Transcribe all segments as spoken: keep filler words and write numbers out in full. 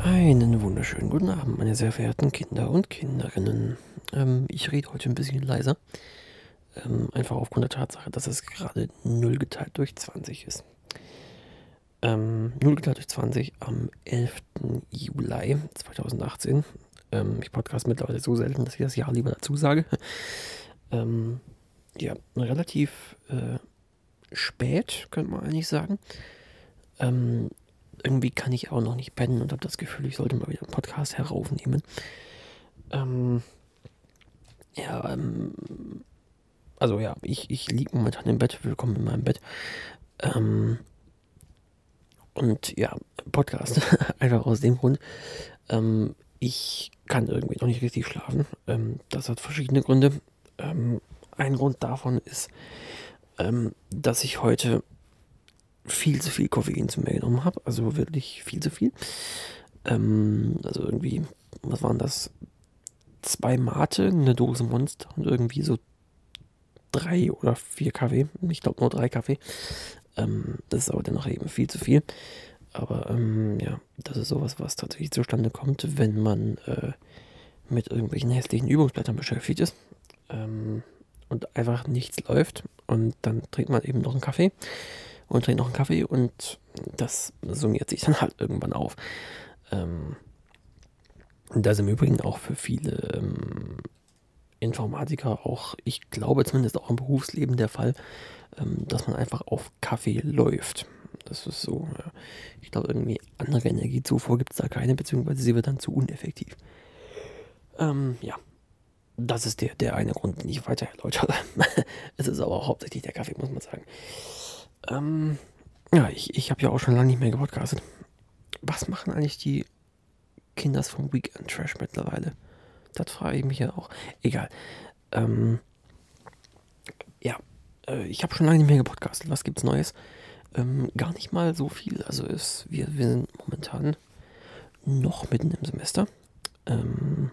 Einen wunderschönen guten Abend, meine sehr verehrten Kinder und Kinderinnen. Ähm, ich rede heute ein bisschen leiser, ähm, einfach aufgrund der Tatsache, dass es gerade null geteilt durch zwanzig ist. Ähm, null geteilt durch zwanzig am elften Juli zweitausendachtzehn. Ähm, ich podcast mittlerweile so selten, dass ich das Jahr lieber dazu sage. ähm, ja, relativ äh, spät, könnte man eigentlich sagen. Ähm, irgendwie kann ich auch noch nicht pennen und habe das Gefühl, ich sollte mal wieder einen Podcast heraufnehmen. Ähm, ja, ähm, also ja, ich, ich liege momentan im Bett, willkommen in meinem Bett. Ähm, und ja, Podcast, einfach aus dem Grund. Ähm, ich kann irgendwie noch nicht richtig schlafen. Ähm, das hat verschiedene Gründe. Ähm, ein Grund davon ist, ähm, dass ich heute viel zu viel Koffein zu mir genommen habe. Also wirklich viel zu viel. Ähm, also irgendwie, was waren das? Zwei Mate, eine Dose Monster und irgendwie so drei oder vier Kaffee. Ich glaube nur drei Kaffee. Ähm, das ist aber dennoch eben viel zu viel. Aber ähm, ja, das ist sowas, was tatsächlich zustande kommt, wenn man äh, mit irgendwelchen hässlichen Übungsblättern beschäftigt ist. Ähm, und einfach nichts läuft. Und dann trinkt man eben noch einen Kaffee und trinkt noch einen Kaffee und das summiert sich dann halt irgendwann auf. Ähm, das ist im Übrigen auch für viele ähm, Informatiker auch, ich glaube zumindest auch im Berufsleben der Fall, ähm, dass man einfach auf Kaffee läuft. Das ist so, ja. Ich glaube, irgendwie andere Energiezufuhr gibt es da keine, beziehungsweise sie wird dann zu uneffektiv. Ähm, ja, das ist der, der eine Grund, den ich weiter erläutere. Es ist aber auch hauptsächlich der Kaffee, muss man sagen. Ähm, ja, ich, ich habe ja auch schon lange nicht mehr gepodcastet. Was machen eigentlich die Kinders vom Weekend Trash mittlerweile? Das frage ich mich ja auch. Egal. Ähm, ja, äh, ich habe schon lange nicht mehr gepodcastet. Was gibt's Neues? Ähm, gar nicht mal so viel. Also ist, wir, wir sind momentan noch mitten im Semester. Ähm,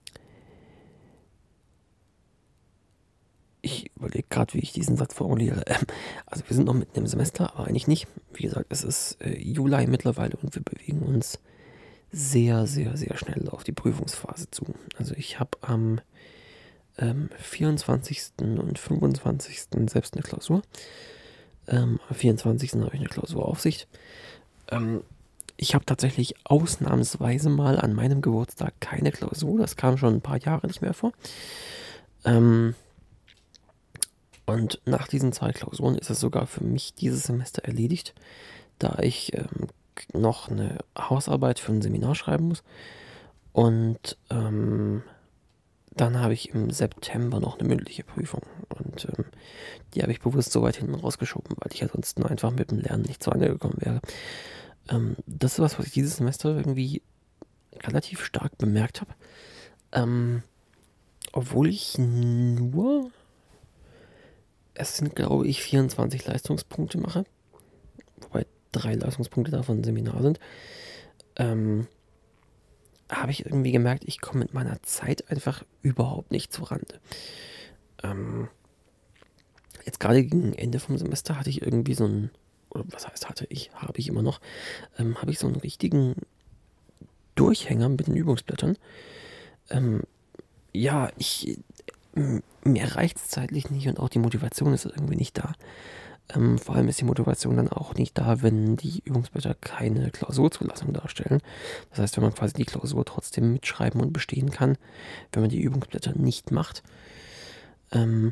ich überlege gerade, wie ich diesen Satz formuliere. Ähm, also wir sind noch mitten im Semester, aber eigentlich nicht. Wie gesagt, es ist äh, Juli mittlerweile und wir bewegen uns sehr, sehr, sehr schnell auf die Prüfungsphase zu. Also ich habe am ähm, vierundzwanzigsten und fünfundzwanzigsten selbst eine Klausur. Ähm, am vierundzwanzigsten habe ich eine Klausuraufsicht. Ähm, ich habe tatsächlich ausnahmsweise mal an meinem Geburtstag keine Klausur. Das kam schon ein paar Jahre nicht mehr vor. Ähm, und nach diesen zwei Klausuren ist es sogar für mich dieses Semester erledigt, da ich ähm, noch eine Hausarbeit für ein Seminar schreiben muss. Und ähm, dann habe ich im September noch eine mündliche Prüfung. Und ähm, die habe ich bewusst so weit hinten rausgeschoben, weil ich ansonsten einfach mit dem Lernen nicht zu Ende gekommen wäre. Ähm, das ist was, was ich dieses Semester irgendwie relativ stark bemerkt habe. Ähm, obwohl ich nur, es sind glaube ich vierundzwanzig Leistungspunkte mache, wobei drei Leistungspunkte davon Seminar sind, ähm, habe ich irgendwie gemerkt, ich komme mit meiner Zeit einfach überhaupt nicht zurande. Ähm, jetzt gerade gegen Ende vom Semester hatte ich irgendwie so einen, oder was heißt hatte ich, habe ich immer noch, ähm, habe ich so einen richtigen Durchhänger mit den Übungsblättern. Ähm, ja, ich, m- mir reicht es zeitlich nicht und auch die Motivation ist irgendwie nicht da. Ähm, vor allem ist die Motivation dann auch nicht da, wenn die Übungsblätter keine Klausurzulassung darstellen. Das heißt, wenn man quasi die Klausur trotzdem mitschreiben und bestehen kann, wenn man die Übungsblätter nicht macht. Ähm,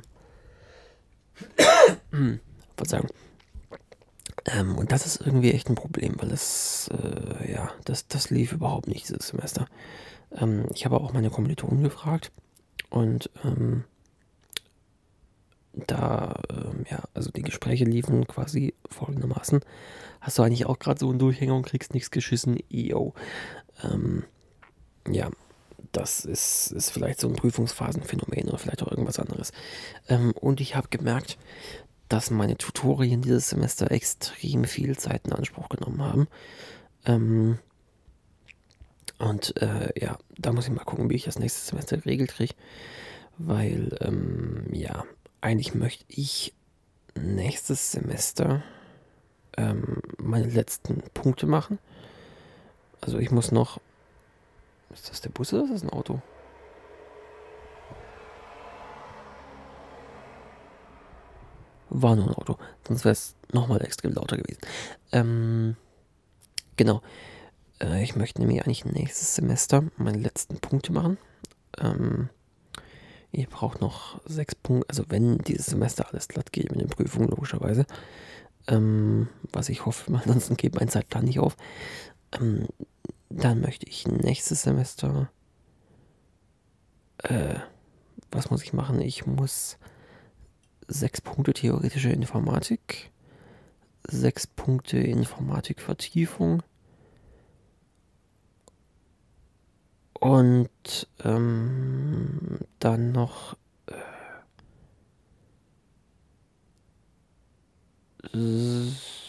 Verzeihung. Ähm, und das ist irgendwie echt ein Problem, weil das, äh, ja, das, das lief überhaupt nicht dieses Semester. Ähm, ich habe auch meine Kommilitonen gefragt und ähm, da, ähm, ja, also die Gespräche liefen quasi folgendermaßen. Hast du eigentlich auch gerade so einen Durchhänger und kriegst nichts geschissen? Yo. Ähm, ja, das ist, ist vielleicht so ein Prüfungsphasenphänomen oder vielleicht auch irgendwas anderes. Ähm, und ich habe gemerkt, dass meine Tutorien dieses Semester extrem viel Zeit in Anspruch genommen haben. Ähm, und äh, ja, da muss ich mal gucken, wie ich das nächste Semester geregelt kriege. Weil, ähm, ja, eigentlich möchte ich nächstes Semester ähm, meine letzten Punkte machen. Also ich muss noch Ist das der Bus oder ist das ein Auto? War nur ein Auto. Sonst wäre es nochmal extrem lauter gewesen. Ähm, genau. Äh, ich möchte nämlich eigentlich nächstes Semester meine letzten Punkte machen. Ähm, ihr braucht noch sechs Punkte. Also wenn dieses Semester alles glatt geht mit den Prüfungen, logischerweise. Ähm, was ich hoffe, ansonsten geht mein Zeitplan nicht auf. Ähm, dann möchte ich nächstes Semester... Äh, was muss ich machen? Ich muss sechs Punkte theoretische Informatik, sechs Punkte Informatikvertiefung und ähm, dann noch äh,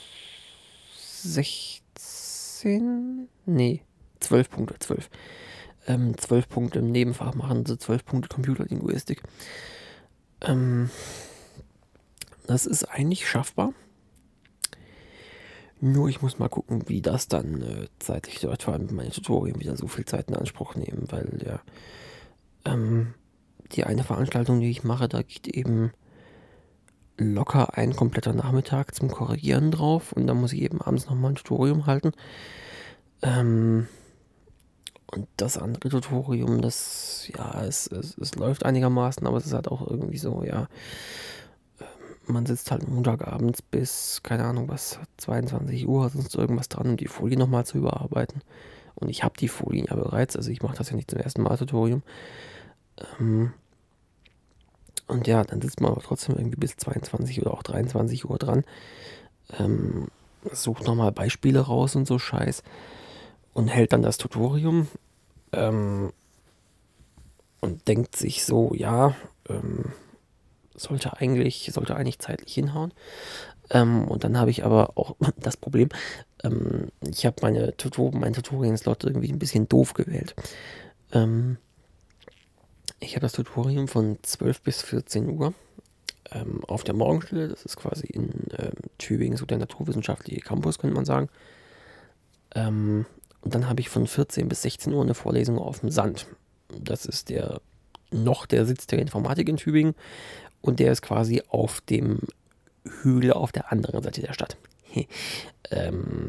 sechzehn? Nee, zwölf Punkte, zwölf. Ähm, zwölf Punkte im Nebenfach machen, so zwölf Punkte Computerlinguistik. Ähm, das ist eigentlich schaffbar. Nur ich muss mal gucken, wie das dann äh, zeitlich läuft, vor allem meine Tutorien wieder so viel Zeit in Anspruch nehmen, weil ja ähm, die eine Veranstaltung, die ich mache, da geht eben locker ein kompletter Nachmittag zum Korrigieren drauf und dann muss ich eben abends nochmal ein Tutorium halten. Ähm, und das andere Tutorium, das, ja, es, es, es läuft einigermaßen, aber es ist halt auch irgendwie so, ja, man sitzt halt Montagabends bis, keine Ahnung was, zweiundzwanzig Uhr, sonst irgendwas dran, um die Folie nochmal zu überarbeiten. Und ich habe die Folien ja bereits, also ich mache das ja nicht zum ersten Mal Tutorium. Ähm, und ja, dann sitzt man aber trotzdem irgendwie bis zweiundzwanzig oder auch dreiundzwanzig Uhr dran. Ähm, sucht nochmal Beispiele raus und so Scheiß. Und hält dann das Tutorium. Ähm, und denkt sich so, ja, ähm, sollte eigentlich, sollte eigentlich zeitlich hinhauen. Ähm, und dann habe ich aber auch das Problem, ähm, ich habe meine Tutor meinen Tutorial-Slot irgendwie ein bisschen doof gewählt. Ähm, ich habe das Tutorium von zwölf bis vierzehn Uhr ähm, auf der Morgenstelle. Das ist quasi in ähm, Tübingen, so der naturwissenschaftliche Campus, könnte man sagen. Ähm, und dann habe ich von vierzehn bis sechzehn Uhr eine Vorlesung auf dem Sand. Das ist der noch der Sitz der Informatik in Tübingen und der ist quasi auf dem Hügel auf der anderen Seite der Stadt. ähm,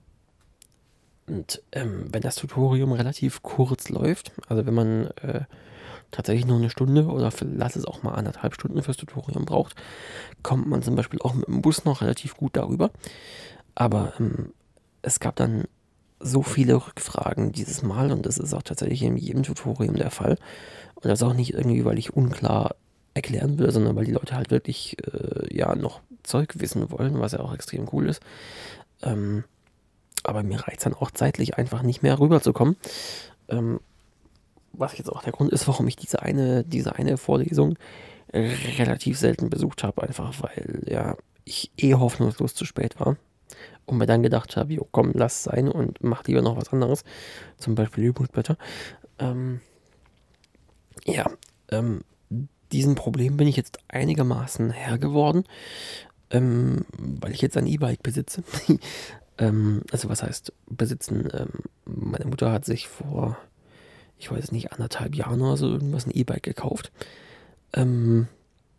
und ähm, wenn das Tutorium relativ kurz läuft, also wenn man äh, tatsächlich nur eine Stunde oder lass es auch mal anderthalb Stunden fürs Tutorium braucht, kommt man zum Beispiel auch mit dem Bus noch relativ gut darüber. Aber ähm, es gab dann so viele Rückfragen dieses Mal und das ist auch tatsächlich in jedem Tutorium der Fall. Und das auch nicht irgendwie, weil ich unklar erklären will, sondern weil die Leute halt wirklich äh, ja noch Zeug wissen wollen, was ja auch extrem cool ist. Ähm, aber mir reicht es dann auch zeitlich einfach nicht mehr rüberzukommen. Ähm, was jetzt auch der Grund ist, warum ich diese eine, diese eine Vorlesung relativ selten besucht habe, einfach weil ja ich eh hoffnungslos zu spät war. Und mir dann gedacht habe, jo, komm, lass es sein und mach lieber noch was anderes. Zum Beispiel Übungsblätter. Ähm, ja, ähm, diesem Problem bin ich jetzt einigermaßen Herr geworden, ähm, weil ich jetzt ein E-Bike besitze. ähm, also was heißt besitzen? Ähm, meine Mutter hat sich vor, ich weiß nicht, anderthalb Jahren oder so irgendwas ein E-Bike gekauft. Ähm,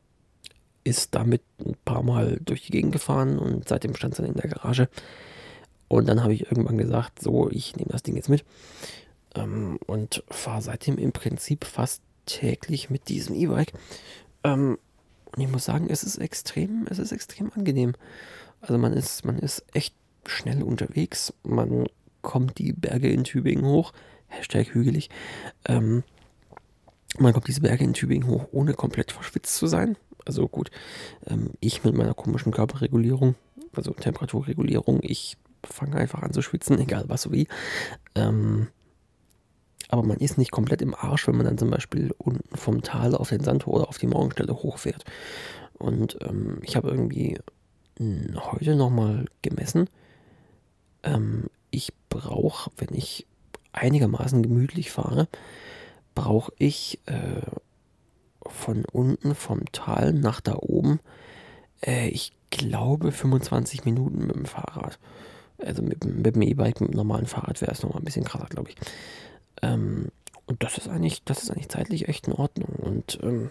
ist damit ein paar Mal durch die Gegend gefahren und seitdem stand es dann in der Garage. Und dann habe ich irgendwann gesagt, so, ich nehme das Ding jetzt mit ähm, und fahre seitdem im Prinzip fast täglich mit diesem E-Bike. Ähm, und ich muss sagen, es ist extrem, es ist extrem angenehm. Also man ist, man ist echt schnell unterwegs. Man kommt die Berge in Tübingen hoch. Hashtag hügelig. Ähm, man kommt diese Berge in Tübingen hoch, ohne komplett verschwitzt zu sein. Also gut, ähm, ich mit meiner komischen Körperregulierung, also Temperaturregulierung, ich fange einfach an zu schwitzen, egal was so wie. Ähm, aber man ist nicht komplett im Arsch, wenn man dann zum Beispiel unten vom Tal auf den Sandhof oder auf die Morgenstelle hochfährt. Und ähm, ich habe irgendwie mh, heute nochmal gemessen. Ähm, ich brauche, wenn ich einigermaßen gemütlich fahre, brauche ich äh, von unten vom Tal nach da oben, äh, ich glaube fünfundzwanzig Minuten mit dem Fahrrad. Also mit, mit dem E-Bike, mit dem normalen Fahrrad wäre es nochmal ein bisschen krasser, glaube ich. Ähm, und das ist eigentlich, das ist eigentlich zeitlich echt in Ordnung. Und ähm,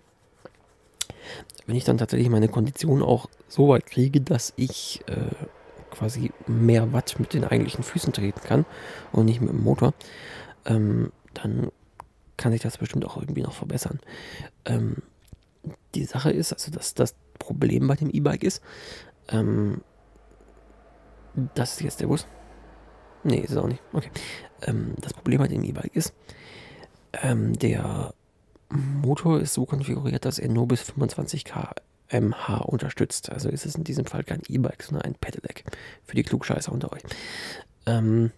wenn ich dann tatsächlich meine Kondition auch so weit kriege, dass ich äh, quasi mehr Watt mit den eigentlichen Füßen treten kann und nicht mit dem Motor, ähm, dann kann sich das bestimmt auch irgendwie noch verbessern. Ähm, die Sache ist, also dass das Problem bei dem E-Bike ist, ähm, das ist jetzt der Bus. Nee, ist es auch nicht. Okay. Ähm, das Problem bei dem E-Bike ist, ähm, der Motor ist so konfiguriert, dass er nur bis fünfundzwanzig Kilometer pro Stunde unterstützt. Also ist es in diesem Fall kein E-Bike, sondern ein Pedelec. Für die Klugscheißer unter euch. Ähm,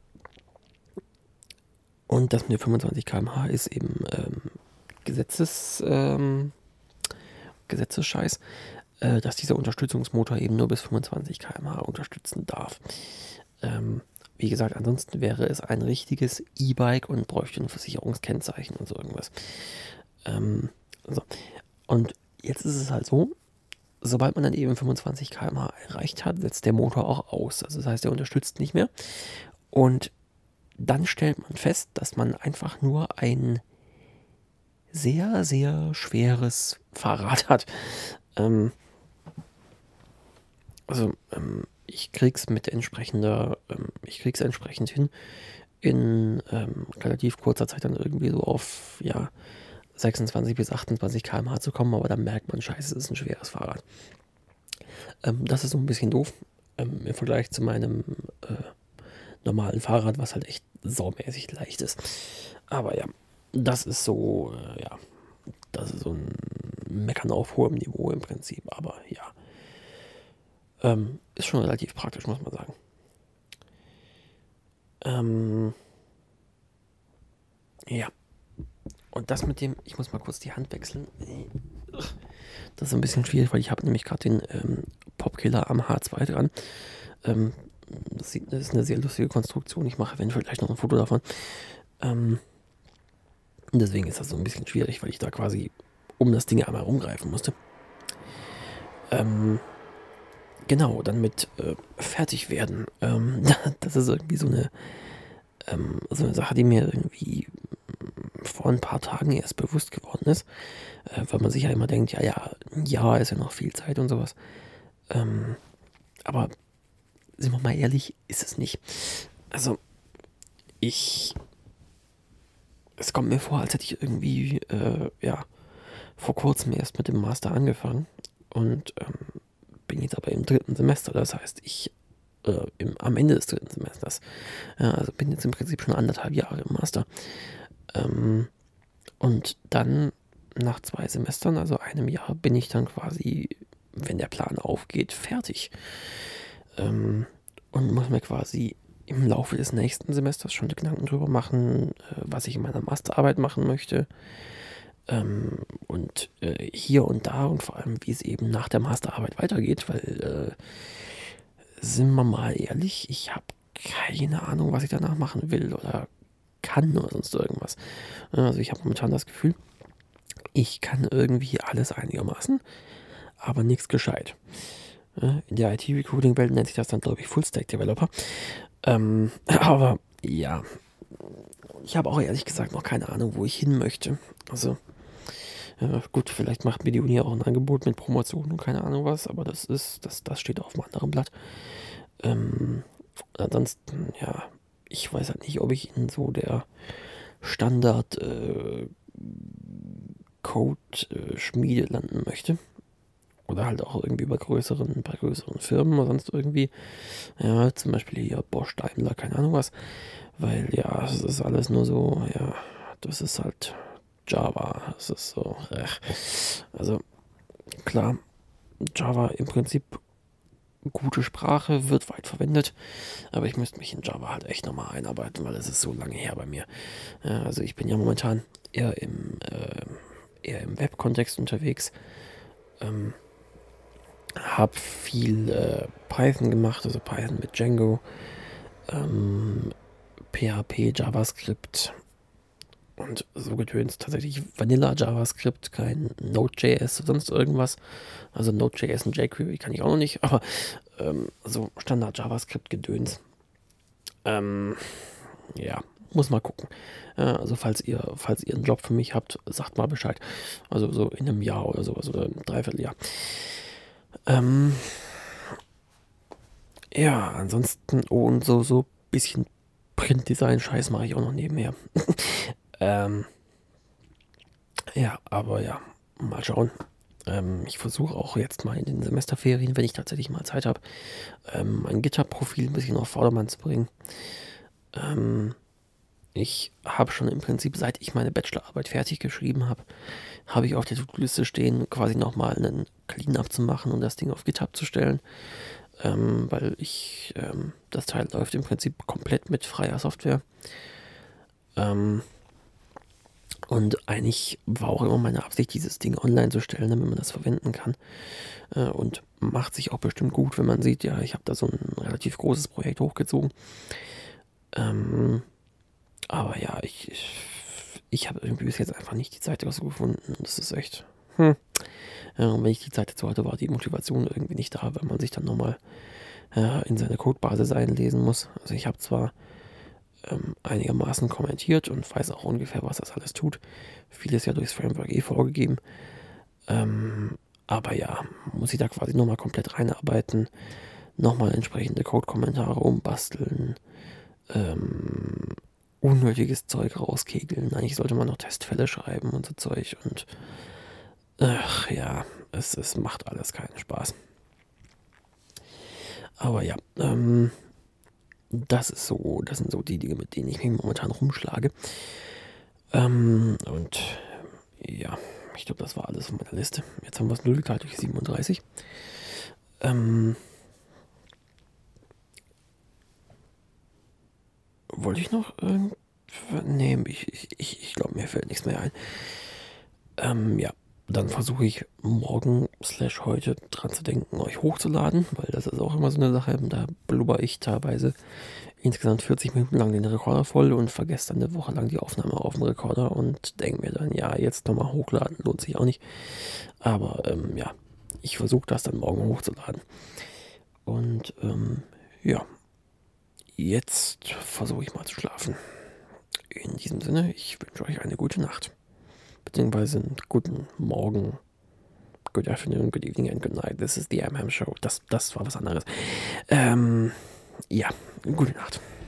und das mit fünfundzwanzig Kilometer pro Stunde ist eben ähm, Gesetzes, ähm, Gesetzesscheiß, äh, dass dieser Unterstützungsmotor eben nur bis fünfundzwanzig Kilometer pro Stunde unterstützen darf. Ähm, wie gesagt, ansonsten wäre es ein richtiges E-Bike und bräuchte ein Versicherungskennzeichen und so irgendwas. Ähm, so. Und jetzt ist es halt so, sobald man dann eben fünfundzwanzig Kilometer pro Stunde erreicht hat, setzt der Motor auch aus. Also das heißt, er unterstützt nicht mehr. Und dann stellt man fest, dass man einfach nur ein sehr, sehr schweres Fahrrad hat. Ähm, also ähm, ich krieg's mit entsprechender, ähm, ich krieg's entsprechend hin, in ähm, relativ kurzer Zeit dann irgendwie so auf, ja, sechsundzwanzig bis achtundzwanzig Kilometer pro Stunde zu kommen, aber dann merkt man, scheiße, es ist ein schweres Fahrrad. Ähm, das ist so ein bisschen doof ähm, im Vergleich zu meinem äh, normalen Fahrrad, was halt echt saumäßig leicht ist. Aber ja, das ist so, äh, ja, das ist so ein Meckern auf hohem Niveau im Prinzip, aber ja, ähm, ist schon relativ praktisch, muss man sagen. Ähm, ja, und das mit dem, ich muss mal kurz die Hand wechseln. Das ist ein bisschen schwierig, weil ich habe nämlich gerade den ähm, Popkiller am H zwei dran. Ähm, das, sieht, das ist eine sehr lustige Konstruktion. Ich mache eventuell gleich noch ein Foto davon. Ähm, deswegen ist das so ein bisschen schwierig, weil ich da quasi um das Ding einmal rumgreifen musste. Ähm, genau, dann mit äh, fertig werden. Ähm, das ist irgendwie so eine, ähm, so eine Sache, die mir irgendwie vor ein paar Tagen erst bewusst geworden ist, äh, weil man sich ja immer denkt, ja, ja, ja, ist ja noch viel Zeit und sowas. Ähm, aber sind wir mal ehrlich, ist es nicht. Also, ich, es kommt mir vor, als hätte ich irgendwie, äh, ja, vor kurzem erst mit dem Master angefangen und ähm, bin jetzt aber im dritten Semester. Das heißt, ich äh, im, am Ende des dritten Semesters. Ja, also bin jetzt im Prinzip schon anderthalb Jahre im Master. Ähm, und dann nach zwei Semestern, also einem Jahr, bin ich dann quasi, wenn der Plan aufgeht, fertig. Ähm, und muss mir quasi im Laufe des nächsten Semesters schon Gedanken drüber machen, äh, was ich in meiner Masterarbeit machen möchte. Ähm, und äh, hier und da und vor allem, wie es eben nach der Masterarbeit weitergeht, weil, äh, sind wir mal ehrlich, ich habe keine Ahnung, was ich danach machen will oder kann oder sonst irgendwas. Also ich habe momentan das Gefühl, ich kann irgendwie alles einigermaßen, aber nichts gescheit. In der I T-Recruiting-Welt nennt sich das dann, glaube ich, Full-Stack-Developer. Ähm, aber ja, ich habe auch ehrlich gesagt noch keine Ahnung, wo ich hin möchte. Also, ja, gut, vielleicht macht mir die Uni auch ein Angebot mit Promotion und keine Ahnung was, aber das ist, das, das steht auf einem anderen Blatt. Ähm, ansonsten, ja, ich weiß halt nicht, ob ich in so der Standard äh, Code-Schmiede äh, landen möchte. Oder halt auch irgendwie bei größeren, bei größeren Firmen oder sonst irgendwie. Ja, zum Beispiel hier Bosch, Daimler, keine Ahnung was. Weil ja, es ist alles nur so, ja, das ist halt Java. Es ist so, äh. Also klar, Java im Prinzip gute Sprache, wird weit verwendet, aber ich müsste mich in Java halt echt nochmal einarbeiten, weil es ist so lange her bei mir. Ja, also ich bin ja momentan eher im, äh, eher im Web-Kontext unterwegs. Ähm, habe viel äh, Python gemacht, also Python mit Django, ähm, P H P, JavaScript und so Gedöns. Tatsächlich Vanilla JavaScript, kein Node.js oder sonst irgendwas. Also Node.js und jQuery kann ich auch noch nicht, aber ähm, so Standard JavaScript-Gedöns. Ähm, ja, muss mal gucken. Äh, also falls ihr, falls ihr einen Job für mich habt, sagt mal Bescheid. Also so in einem Jahr oder sowas oder ein Dreivierteljahr. Ähm, ja, ansonsten, oh, und so, so bisschen Printdesign-Scheiß mache ich auch noch nebenher. ähm, ja, aber ja, mal schauen. Ähm, ich versuche auch jetzt mal in den Semesterferien, wenn ich tatsächlich mal Zeit habe, ähm, mein GitHub-Profil ein bisschen auf Vordermann zu bringen. Ähm, ich habe schon im Prinzip, seit ich meine Bachelorarbeit fertig geschrieben habe, habe ich auf der To-Do-Liste stehen, quasi nochmal einen Clean-up zu machen und das Ding auf GitHub zu stellen. Ähm, weil ich, ähm, das Teil läuft im Prinzip komplett mit freier Software. Ähm, und eigentlich war auch immer meine Absicht, dieses Ding online zu stellen, damit man das verwenden kann. Äh, und macht sich auch bestimmt gut, wenn man sieht, ja, ich habe da so ein relativ großes Projekt hochgezogen. Ähm, aber ja, ich, ich, ich habe irgendwie bis jetzt einfach nicht die Zeit dazu gefunden. Das ist echt. Hm. Ja, und wenn ich die Zeit dazu hatte, war die Motivation irgendwie nicht da, weil man sich dann nochmal äh, in seine Codebasis einlesen muss. Also ich habe zwar ähm, einigermaßen kommentiert und weiß auch ungefähr, was das alles tut. Vieles ja durchs Framework eh vorgegeben. Ähm, aber ja, muss ich da quasi nochmal komplett reinarbeiten, nochmal entsprechende Code-Kommentare umbasteln, ähm, unnötiges Zeug rauskegeln. Eigentlich sollte man noch Testfälle schreiben und so Zeug und ach ja, es, es macht alles keinen Spaß. Aber ja, ähm, das ist so, das sind so die Dinge, mit denen ich mich momentan rumschlage. Ähm, und ja, ich glaube, das war alles auf meiner Liste. Jetzt haben wir es null geteilt durch siebenunddreißig. Ähm, wollte ich noch irgendwas? Nee, ich, ich, ich, ich glaube, mir fällt nichts mehr ein. Ähm, ja, dann versuche ich morgen slash heute dran zu denken, euch hochzuladen, weil das ist auch immer so eine Sache, da blubber ich teilweise insgesamt vierzig Minuten lang den Rekorder voll und vergesse dann eine Woche lang die Aufnahme auf dem Rekorder und denke mir dann, ja, jetzt nochmal hochladen, lohnt sich auch nicht. Aber ähm, ja, ich versuche das dann morgen hochzuladen. Und ähm, ja, jetzt versuche ich mal zu schlafen. In diesem Sinne, ich wünsche euch eine gute Nacht. Beziehungsweise einen guten Morgen. Good afternoon, good evening and good night. This is the M M Show. Das, das war was anderes. Ähm, ja, gute Nacht.